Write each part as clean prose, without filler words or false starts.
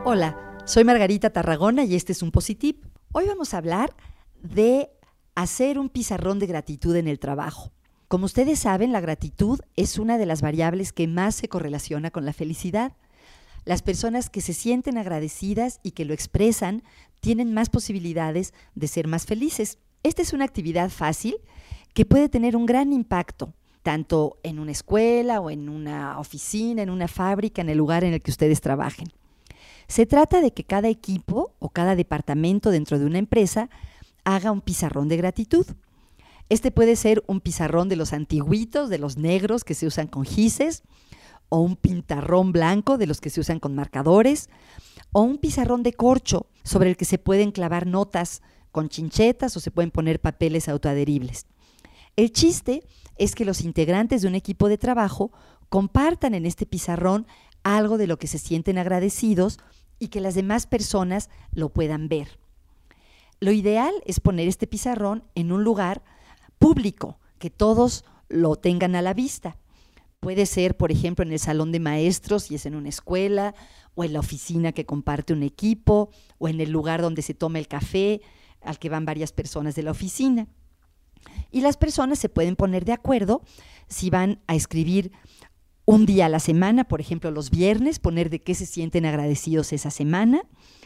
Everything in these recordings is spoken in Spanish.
Hola, soy Margarita Tarragona y este es un Positip. Hoy vamos a hablar de hacer un pizarrón de gratitud en el trabajo. Como ustedes saben, la gratitud es una de las variables que más se correlaciona con la felicidad. Las personas que se sienten agradecidas y que lo expresan tienen más posibilidades de ser más felices. Esta es una actividad fácil que puede tener un gran impacto, tanto en una escuela o en una oficina, en una fábrica, en el lugar en el que ustedes trabajen. Se trata de que cada equipo o cada departamento dentro de una empresa haga un pizarrón de gratitud. Este puede ser un pizarrón de los antiguitos, de los negros que se usan con gises, o un pintarrón blanco de los que se usan con marcadores, o un pizarrón de corcho sobre el que se pueden clavar notas con chinchetas o se pueden poner papeles autoadheribles. El chiste es que los integrantes de un equipo de trabajo compartan en este pizarrón algo de lo que se sienten agradecidos y que las demás personas lo puedan ver. Lo ideal es poner este pizarrón en un lugar público, que todos lo tengan a la vista. Puede ser, por ejemplo, en el salón de maestros, si es en una escuela, o en la oficina que comparte un equipo, o en el lugar donde se toma el café, al que van varias personas de la oficina. Y las personas se pueden poner de acuerdo si van a escribir un día a la semana, por ejemplo, los viernes, poner de qué se sienten agradecidos esa semana,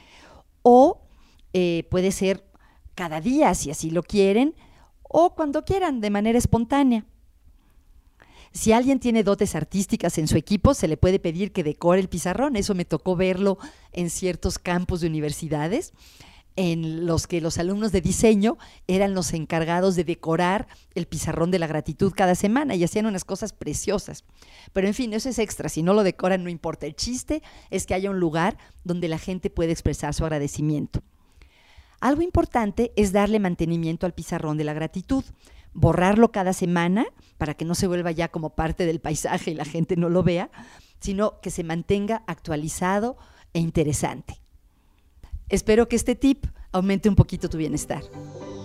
o puede ser cada día, si así lo quieren, o cuando quieran, de manera espontánea. Si alguien tiene dotes artísticas en su equipo, se le puede pedir que decore el pizarrón. Eso me tocó verlo en ciertos campus de universidades, en los que los alumnos de diseño eran los encargados de decorar el pizarrón de la gratitud cada semana y hacían unas cosas preciosas. Pero en fin, eso es extra, si no lo decoran no importa. El chiste es que haya un lugar donde la gente puede expresar su agradecimiento. Algo importante es darle mantenimiento al pizarrón de la gratitud, borrarlo cada semana para que no se vuelva ya como parte del paisaje y la gente no lo vea, sino que se mantenga actualizado e interesante. Espero que este tip aumente un poquito tu bienestar.